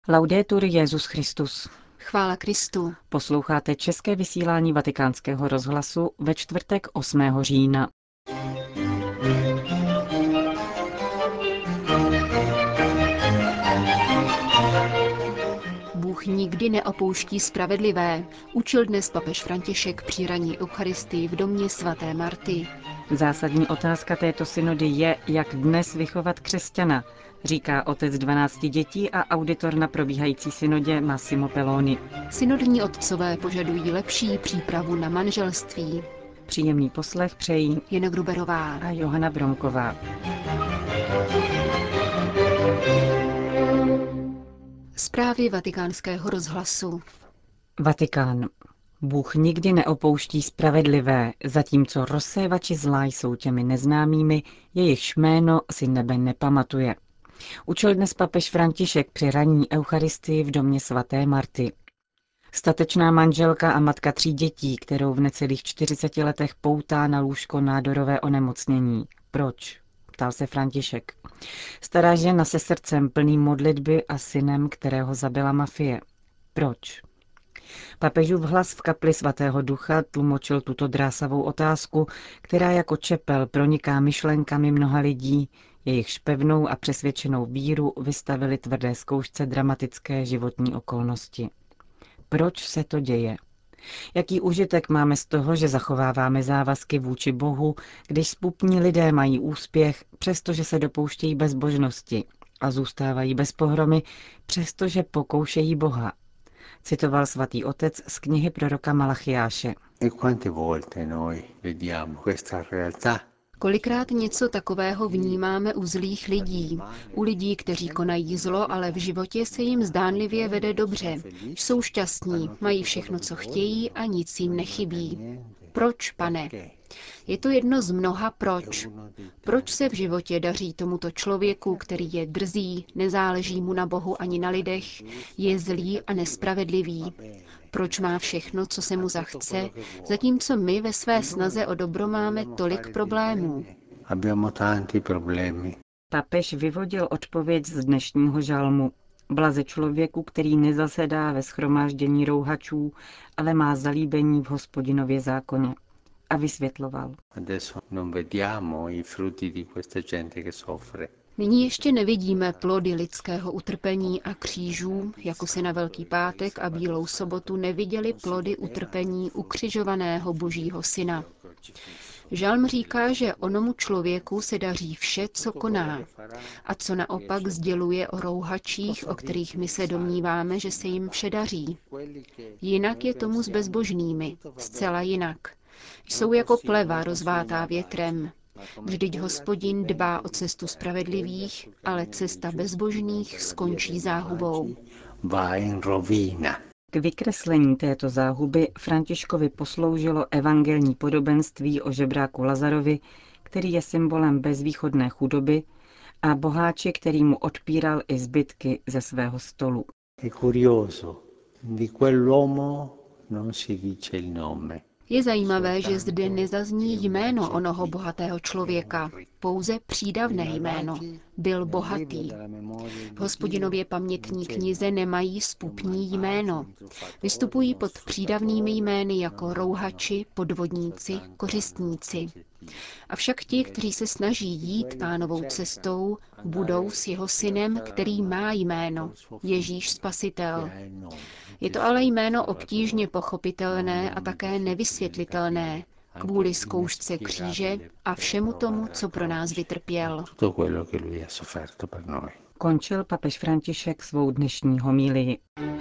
Laudetur Jesus Christus. Chvála Kristu. Posloucháte české vysílání Vatikánského rozhlasu ve čtvrtek 8. října. Bůh nikdy neopouští spravedlivé, učil dnes papež František při ranní eucharistii v domě svaté Marty. Zásadní otázka této synody je, jak dnes vychovat křesťana, říká otec 12 dětí a auditor na probíhající synodě Massimo Pelloni. Synodní otcové požadují lepší přípravu na manželství. Příjemný poslech přejí Jana Gruberová a Johana Bromková. Zprávy Vatikánského rozhlasu. Vatikán. Bůh nikdy neopouští spravedlivé, zatímco rozsévači zla jsou těmi neznámými, jejichž jméno si nebe nepamatuje. Učil dnes papež František při ranní eucharistii v domě svaté Marty. Statečná manželka a matka 3 dětí, kterou v necelých 40 letech poutá na lůžko nádorové onemocnění. Proč? Ptal se František. Stará žena se srdcem plným modlitby a synem, kterého zabila mafie. Proč? Papežův hlas v kapli svatého Ducha tlumočil tuto drásavou otázku, která jako čepel proniká myšlenkami mnoha lidí, jejichž pevnou a přesvědčenou víru vystavili tvrdé zkoušce dramatické životní okolnosti. Proč se to děje? Jaký užitek máme z toho, že zachováváme závazky vůči Bohu, když spupní lidé mají úspěch, přestože se dopouštějí bezbožnosti a zůstávají bez pohromy, přestože pokoušejí Boha? Citoval svatý otec z knihy proroka Malachiáše. Kolikrát něco takového vnímáme u zlých lidí. U lidí, kteří konají zlo, ale v životě se jim zdánlivě vede dobře. Jsou šťastní, mají všechno, co chtějí a nic jim nechybí. Proč, Pane? Je to jedno z mnoha proč. Proč se v životě daří tomuto člověku, který je drzý, nezáleží mu na Bohu ani na lidech, je zlý a nespravedlivý? Proč má všechno, co se mu zachce, zatímco my ve své snaze o dobro máme tolik problémů? Papež vyvodil odpověď z dnešního žalmu. Blaze člověku, který nezasedá ve shromáždění rouhačů, ale má zalíbení v Hospodinově zákoně. A vysvětloval. Nyní ještě nevidíme plody lidského utrpení a křížů, jako si na Velký pátek a Bílou sobotu neviděli plody utrpení ukřižovaného Božího syna. Žalm říká, že onomu člověku se daří vše, co koná, a co naopak sděluje o rouhačích, o kterých my se domníváme, že se jim vše daří. Jinak je tomu s bezbožnými, zcela jinak. Jsou jako pleva rozvátá větrem. Vždyť Hospodin dbá o cestu spravedlivých, ale cesta bezbožných skončí záhubou. K vykreslení této záhuby Františkovi posloužilo evangelní podobenství o žebráku Lazarovi, který je symbolem bezvýchodné chudoby, a boháči, který mu odpíral i zbytky ze svého stolu. Je zajímavé, že zde nezazní jméno onoho bohatého člověka, pouze přídavné jméno. Byl bohatý. V Hospodinově pamětní knize nemají zpupní jméno. Vystupují pod přídavnými jmény jako rouhači, podvodníci, kořistníci. Avšak ti, kteří se snaží jít Pánovou cestou, budou s jeho synem, který má jméno, Ježíš Spasitel. Je to ale jméno obtížně pochopitelné a také nevysvětlitelné kvůli zkoušce kříže a všemu tomu, co pro nás vytrpěl. Končil papež František svou dnešní homílii.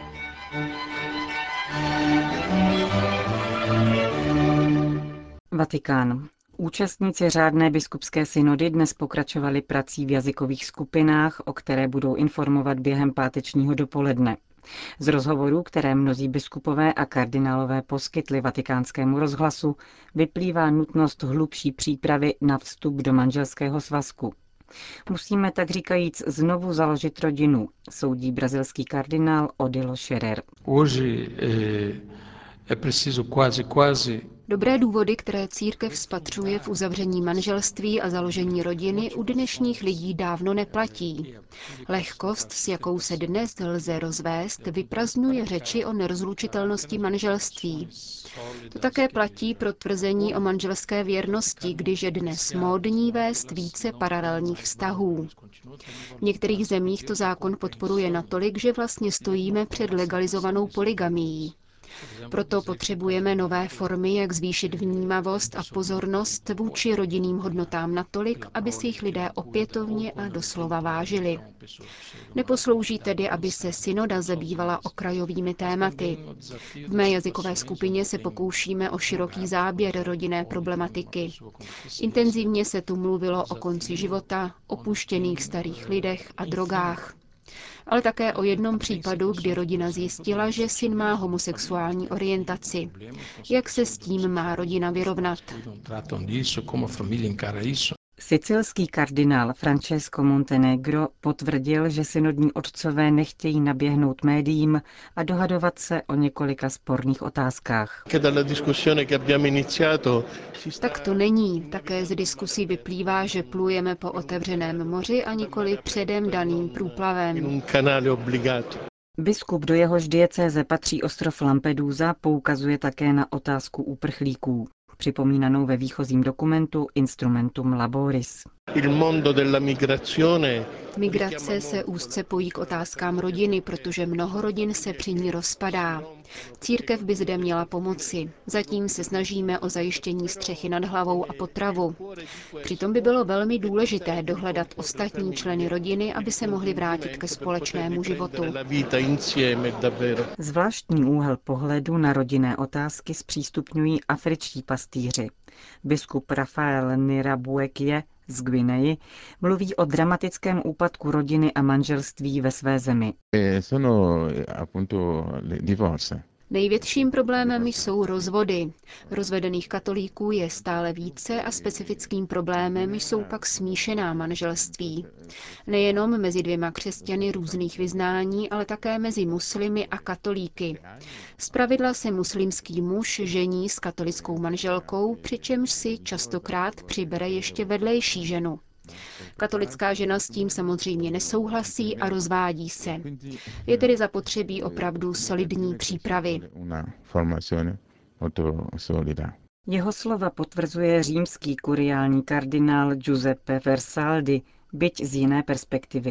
Vatikán. Účastníci řádné biskupské synody dnes pokračovali prací v jazykových skupinách, o které budou informovat během pátečního dopoledne. Z rozhovorů, které mnozí biskupové a kardinálové poskytli Vatikánskému rozhlasu, vyplývá nutnost hlubší přípravy na vstup do manželského svazku. Musíme tak říkajíc znovu založit rodinu, soudí brazilský kardinál Odilo Scherer. Dobré důvody, které církev spatřuje v uzavření manželství a založení rodiny, u dnešních lidí dávno neplatí. Lehkost, s jakou se dnes lze rozvést, vyprazdňuje řeči o nerozlučitelnosti manželství. To také platí pro tvrzení o manželské věrnosti, když je dnes módní vést více paralelních vztahů. V některých zemích to zákon podporuje natolik, že vlastně stojíme před legalizovanou polygamií. Proto potřebujeme nové formy, jak zvýšit vnímavost a pozornost vůči rodinným hodnotám natolik, aby si jich lidé opětovně a doslova vážili. Neposlouží tedy, aby se synoda zabývala okrajovými tématy. V mé jazykové skupině se pokoušíme o široký záběr rodinné problematiky. Intenzivně se tu mluvilo o konci života, opuštěných starých lidech a drogách. Ale také o jednom případu, kdy rodina zjistila, že syn má homosexuální orientaci. Jak se s tím má rodina vyrovnat? Sicilský kardinál Francesco Montenegro potvrdil, že synodní otcové nechtějí naběhnout médiím a dohadovat se o několika sporných otázkách. Tak to není. Také z diskusí vyplývá, že plujeme po otevřeném moři a nikoli předem daným průplavem. Biskup, do jehož diecéze patří ostrov Lampedusa, poukazuje také na otázku uprchlíků, připomínanou ve výchozím dokumentu Instrumentum Laboris. Migrace se úzce pojí k otázkám rodiny, protože mnoho rodin se při ní rozpadá. Církev by zde měla pomoci. Zatím se snažíme o zajištění střechy nad hlavou a potravu. Přitom by bylo velmi důležité dohledat ostatní členy rodiny, aby se mohli vrátit ke společnému životu. Zvláštní úhel pohledu na rodinné otázky zpřístupňují afričtí pastýři. Biskup Rafael Nirabuekie z Guineji mluví o dramatickém úpadku rodiny a manželství ve své zemi. Největším problémem jsou rozvody. Rozvedených katolíků je stále více a specifickým problémem jsou pak smíšená manželství. Nejenom mezi dvěma křesťany různých vyznání, ale také mezi muslimy a katolíky. Zpravidla se muslimský muž žení s katolickou manželkou, přičemž si častokrát přibere ještě vedlejší ženu. Katolická žena s tím samozřejmě nesouhlasí a rozvádí se. Je tedy zapotřebí opravdu solidní přípravy. Jeho slova potvrzuje římský kuriální kardinál Giuseppe Versaldi, byť z jiné perspektivy.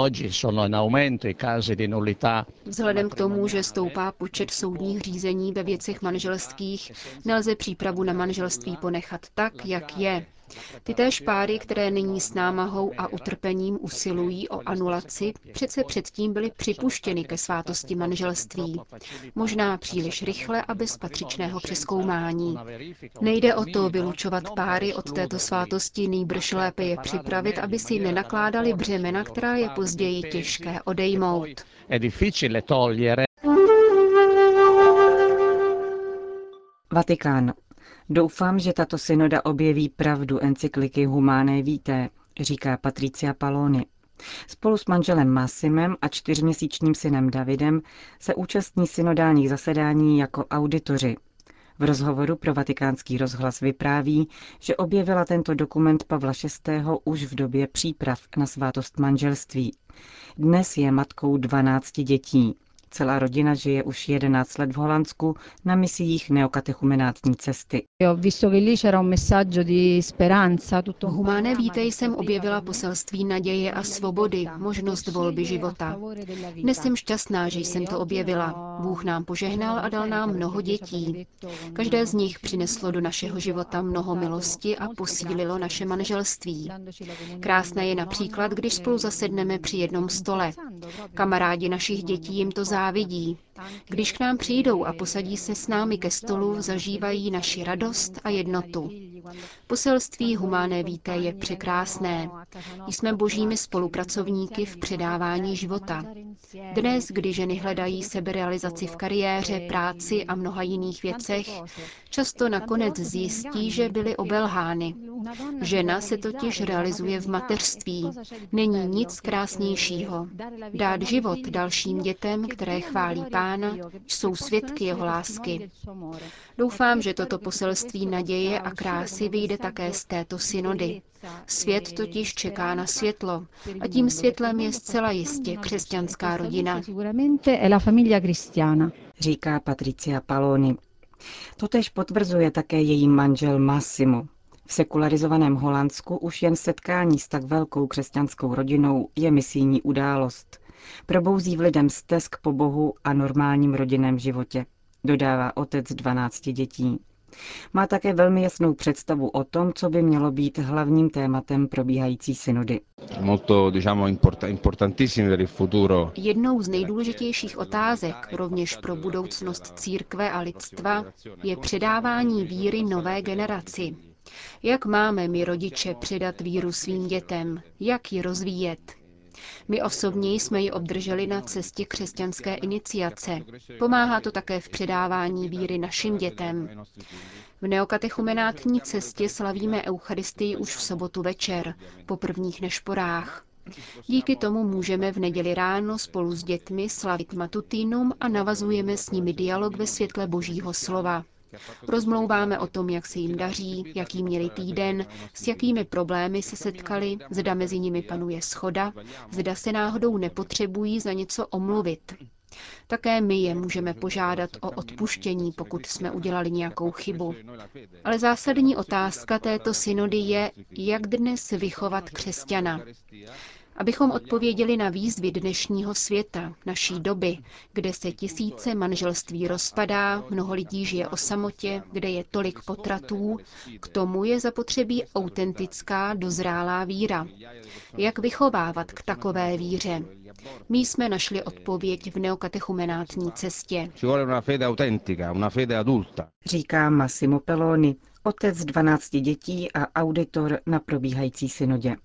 Vzhledem k tomu, že stoupá počet soudních řízení ve věcech manželských, nelze přípravu na manželství ponechat tak, jak je. Tytéž páry, které nyní s námahou a utrpením usilují o anulaci, přece předtím byly připuštěny ke svátosti manželství. Možná příliš rychle a bez patřičného přezkoumání. Nejde o to vylučovat páry od této svátosti, nýbrž lépe je připravit, aby si nenakládali břemena, která je později těžké odejmout. Vatikán. Doufám, že tato synoda objeví pravdu encykliky Humanae Vitae, říká Patricia Paloni. Spolu s manželem Massimem a 4měsíčním synem Davidem se účastní synodálních zasedání jako auditoři. V rozhovoru pro Vatikánský rozhlas vypráví, že objevila tento dokument Pavla VI. Už v době příprav na svátost manželství. Dnes je matkou 12 dětí. Celá rodina žije už 11 let v Holandsku na misiích neokatechumenátní cesty. V Humanae Vitae jsem objevila poselství naděje a svobody, možnost volby života. Dnes jsem šťastná, že jsem to objevila. Bůh nám požehnal a dal nám mnoho dětí. Každé z nich přineslo do našeho života mnoho milosti a posílilo naše manželství. Krásné je například, když spolu zasedneme při jednom stole. Kamarádi našich dětí jim to závidí. Když k nám přijdou a posadí se s námi ke stolu, zažívají naši radost a jednotu. Poselství Humanae Vitae je překrásné. Jsme božími spolupracovníky v předávání života. Dnes, kdy ženy hledají seberealizaci v kariéře, práci a mnoha jiných věcech, často nakonec zjistí, že byly obelhány. Žena se totiž realizuje v mateřství. Není nic krásnějšího. Dát život dalším dětem, které chválí Pána, jsou svědky jeho lásky. Doufám, že toto poselství naděje a krásy vyjde také z této synody. Svět totiž čeká na světlo a tím světlem je zcela jistě křesťanská rodina. Říká Patricia Paloni. Totéž potvrzuje také její manžel Massimo. V sekularizovaném Holandsku už jen setkání s tak velkou křesťanskou rodinou je misijní událost. Probouzí v lidem stesk po Bohu a normálním rodinném životě, dodává otec 12 dětí. Má také velmi jasnou představu o tom, co by mělo být hlavním tématem probíhající synody. Jednou z nejdůležitějších otázek, rovněž pro budoucnost církve a lidstva, je předávání víry nové generaci. Jak máme my rodiče předat víru svým dětem? Jak ji rozvíjet? My osobně jsme ji obdrželi na cestě křesťanské iniciace. Pomáhá to také v předávání víry našim dětem. V neokatechumenátní cestě slavíme Eucharistii už v sobotu večer, po prvních nešporách. Díky tomu můžeme v neděli ráno spolu s dětmi slavit matutinum a navazujeme s nimi dialog ve světle Božího slova. Rozmlouváme o tom, jak se jim daří, jaký měli týden, s jakými problémy se setkali, zda mezi nimi panuje shoda, zda se náhodou nepotřebují za něco omluvit. Také my je můžeme požádat o odpuštění, pokud jsme udělali nějakou chybu. Ale zásadní otázka této synody je, jak dnes vychovat křesťana. Abychom odpověděli na výzvy dnešního světa, naší doby, kde se tisíce manželství rozpadá, mnoho lidí žije o samotě, kde je tolik potratů, k tomu je zapotřebí autentická, dozrálá víra. Jak vychovávat k takové víře? My jsme našli odpověď v neokatechumenátní cestě. Říká Massimo Pelloni, otec 12 dětí a auditor na probíhající synodě.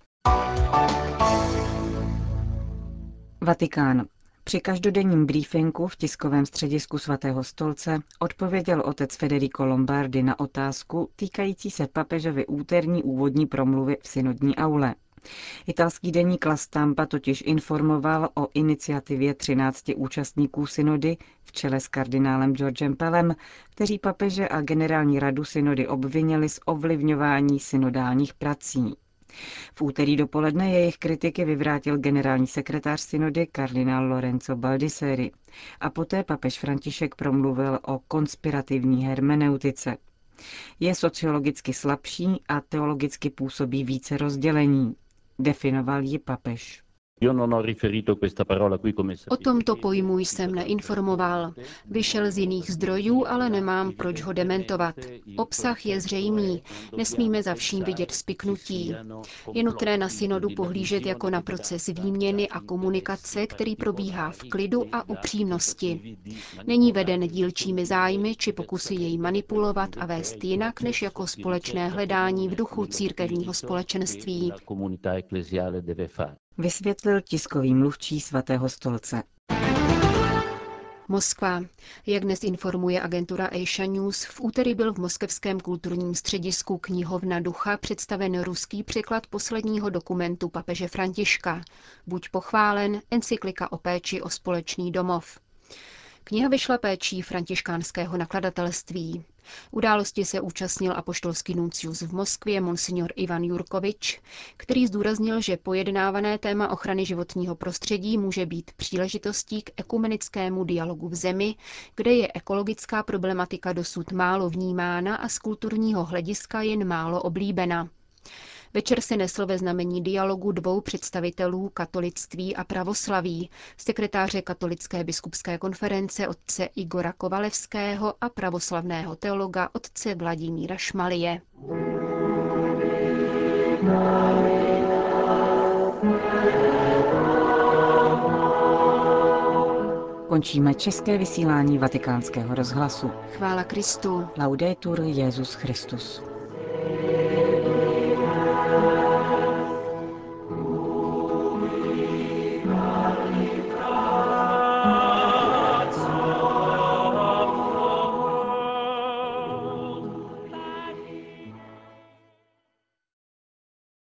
Vatikán. Při každodenním briefingu v tiskovém středisku Svatého stolce odpověděl otec Federico Lombardi na otázku týkající se papežovy úterní úvodní promluvy v synodní aule. Italský deník La Stampa totiž informoval o iniciativě 13 účastníků synody v čele s kardinálem Georgem Pellem, kteří papeže a generální radu synody obvinili z ovlivňování synodálních prací. V úterý dopoledne jejich kritiky vyvrátil generální sekretář synody kardinál Lorenzo Baldisseri a poté papež František promluvil o konspirativní hermeneutice. Je sociologicky slabší a teologicky působí více rozdělení, definoval ji papež. O tomto pojmu jsem neinformoval. Vyšel z jiných zdrojů, ale nemám proč ho dementovat. Obsah je zřejmý. Nesmíme za vším vidět spiknutí. Je nutné na synodu pohlížet jako na proces výměny a komunikace, který probíhá v klidu a upřímnosti. Není veden dílčími zájmy či pokusy jej manipulovat a vést jinak, než jako společné hledání v duchu církevního společenství. Vysvětlil tiskový mluvčí Svatého stolce. Moskva. Jak dnes informuje agentura Asia News, v úterý byl v moskevském kulturním středisku Knihovna ducha představen ruský překlad posledního dokumentu papeže Františka. Buď pochválen, encyklika o péči o společný domov. Kniha vyšla péčí františkánského nakladatelství. Události se účastnil apoštolský nuncius v Moskvě monsignor Ivan Jurkovič, který zdůraznil, že pojednávané téma ochrany životního prostředí může být příležitostí k ekumenickému dialogu v zemi, kde je ekologická problematika dosud málo vnímána a z kulturního hlediska jen málo oblíbena. Večer se nesl ve znamení dialogu dvou představitelů katolictví a pravoslaví, sekretáře Katolické biskupské konference otce Igora Kovalevského a pravoslavného teologa otce Vladimíra Šmalije. Končíme české vysílání Vatikánského rozhlasu. Chvála Kristu. Laudetur Jesus Christus.